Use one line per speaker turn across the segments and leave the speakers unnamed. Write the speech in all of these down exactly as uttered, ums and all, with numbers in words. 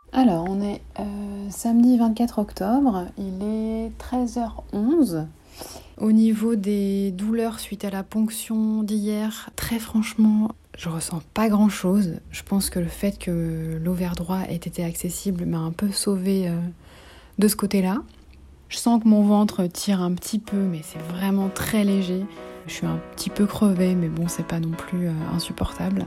Alors, on est euh, samedi vingt-quatre octobre, il est treize heures onze. Au niveau des douleurs suite à la ponction d'hier, très franchement, je ressens pas grand-chose. Je pense que le fait que l'ovaire droit ait été accessible m'a un peu sauvée euh, de ce côté-là. Je sens que mon ventre tire un petit peu, mais c'est vraiment très léger. Je suis un petit peu crevée, mais bon, c'est pas non plus euh, insupportable.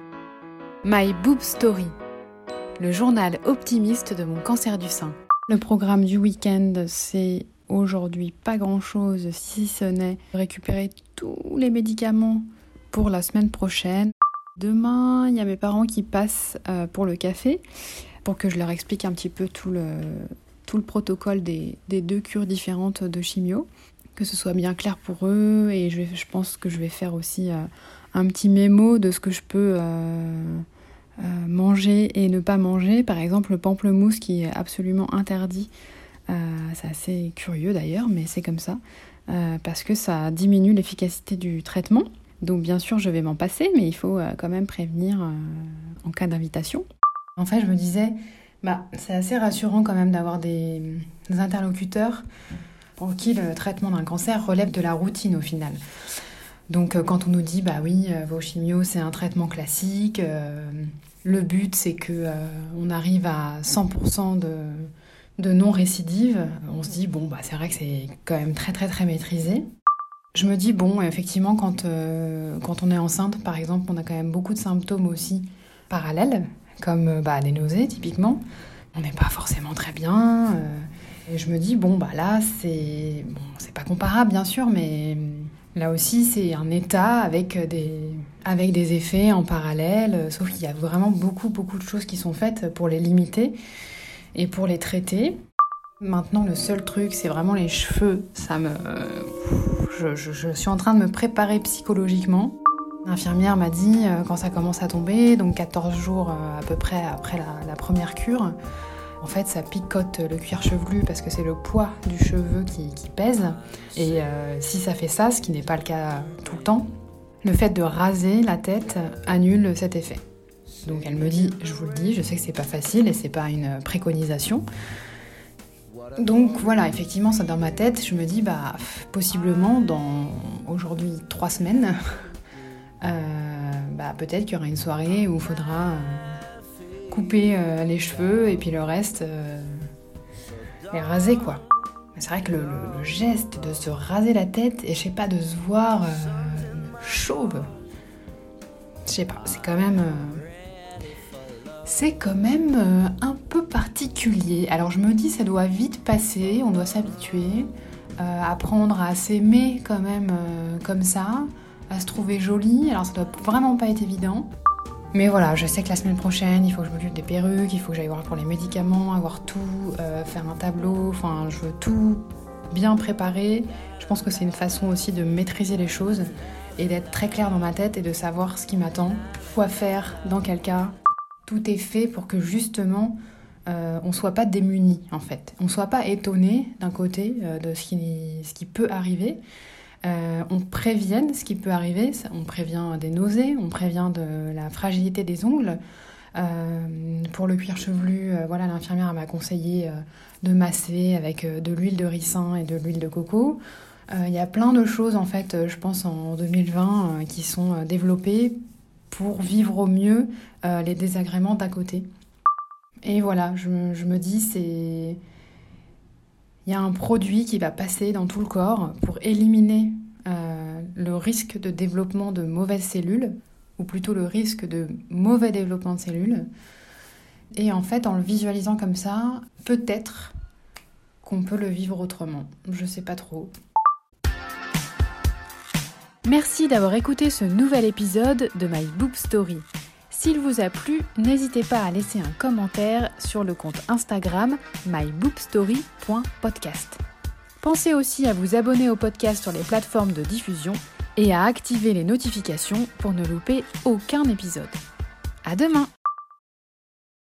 My Boob Story, le journal optimiste de mon cancer du sein. Le programme du week-end, c'est aujourd'hui pas grand-chose, si ce n'est récupérer tous les médicaments pour la semaine prochaine. Demain, il y a mes parents qui passent euh, pour le café, pour que je leur explique un petit peu tout le, tout le protocole des, des deux cures différentes de chimio, que ce soit bien clair pour eux, et je, vais, je pense que je vais faire aussi euh, un petit mémo de ce que je peux... Euh, Euh, manger et ne pas manger. Par exemple, le pamplemousse qui est absolument interdit. Euh, c'est assez curieux d'ailleurs, mais c'est comme ça. Euh, parce que ça diminue l'efficacité du traitement. Donc bien sûr, je vais m'en passer, mais il faut euh, quand même prévenir euh, en cas d'invitation. En fait, je me disais, bah, c'est assez rassurant quand même d'avoir des, des interlocuteurs pour qui le traitement d'un cancer relève de la routine au final. Donc euh, quand on nous dit, bah oui, euh, vos chimios, c'est un traitement classique, euh, le but c'est que euh, on arrive à cent pour cent de, de non-récidive, on se dit, bon, bah c'est vrai que c'est quand même très très très maîtrisé. Je me dis, bon, effectivement, quand, euh, quand on est enceinte, par exemple, on a quand même beaucoup de symptômes aussi parallèles, comme bah, des nausées typiquement. On n'est pas forcément très bien. Euh, et je me dis, bon, bah là, c'est, bon, c'est pas comparable bien sûr, mais... Là aussi, c'est un état avec des, avec des effets en parallèle, sauf qu'il y a vraiment beaucoup, beaucoup de choses qui sont faites pour les limiter et pour les traiter. Maintenant, le seul truc, c'est vraiment les cheveux. Ça me, je, je, je suis en train de me préparer psychologiquement. L'infirmière m'a dit, quand ça commence à tomber, donc quatorze jours à peu près après la, la première cure, en fait, ça picote le cuir chevelu parce que c'est le poids du cheveu qui, qui pèse. Et euh, si ça fait ça, ce qui n'est pas le cas tout le temps, le fait de raser la tête annule cet effet. Donc elle me dit, je vous le dis, je sais que c'est pas facile et c'est pas une préconisation. Donc voilà, effectivement, ça dans ma tête, je me dis, bah possiblement dans aujourd'hui trois semaines, euh, bah peut-être qu'il y aura une soirée où il faudra... Euh, couper euh, les cheveux et puis le reste euh, les raser quoi. Mais c'est vrai que le, le, le geste de se raser la tête et je sais pas de se voir euh, chauve, je sais pas, c'est quand même euh, c'est quand même euh, un peu particulier. Alors je me dis ça doit vite passer, on doit s'habituer, euh, apprendre à s'aimer quand même euh, comme ça, à se trouver jolie. Alors ça doit vraiment pas être évident. Mais voilà, je sais que la semaine prochaine, il faut que je m'occupe des perruques, il faut que j'aille voir pour les médicaments, avoir tout, euh, faire un tableau, enfin, je veux tout bien préparer. Je pense que c'est une façon aussi de maîtriser les choses et d'être très clair dans ma tête et de savoir ce qui m'attend, quoi faire, dans quel cas. Tout est fait pour que justement, euh, on ne soit pas démunis, en fait. On ne soit pas étonné d'un côté euh, de ce qui, ce qui peut arriver. Euh, on prévienne ce qui peut arriver, on prévient des nausées, on prévient de la fragilité des ongles. Euh, pour le cuir chevelu, euh, voilà, l'infirmière m'a conseillé euh, de masser avec euh, de l'huile de ricin et de l'huile de coco. Il euh, y a plein de choses en fait, euh, je pense en deux mille vingt, euh, qui sont euh, développées pour vivre au mieux euh, les désagréments d'à côté. Et voilà, je, je me dis c'est... Il y a un produit qui va passer dans tout le corps pour éliminer euh, le risque de développement de mauvaises cellules, ou plutôt le risque de mauvais développement de cellules. Et en fait, en le visualisant comme ça, peut-être qu'on peut le vivre autrement. Je sais pas trop.
Merci d'avoir écouté ce nouvel épisode de My Boob Story. S'il vous a plu, n'hésitez pas à laisser un commentaire sur le compte Instagram my boob story point podcast. Pensez aussi à vous abonner au podcast sur les plateformes de diffusion et à activer les notifications pour ne louper aucun épisode. À demain!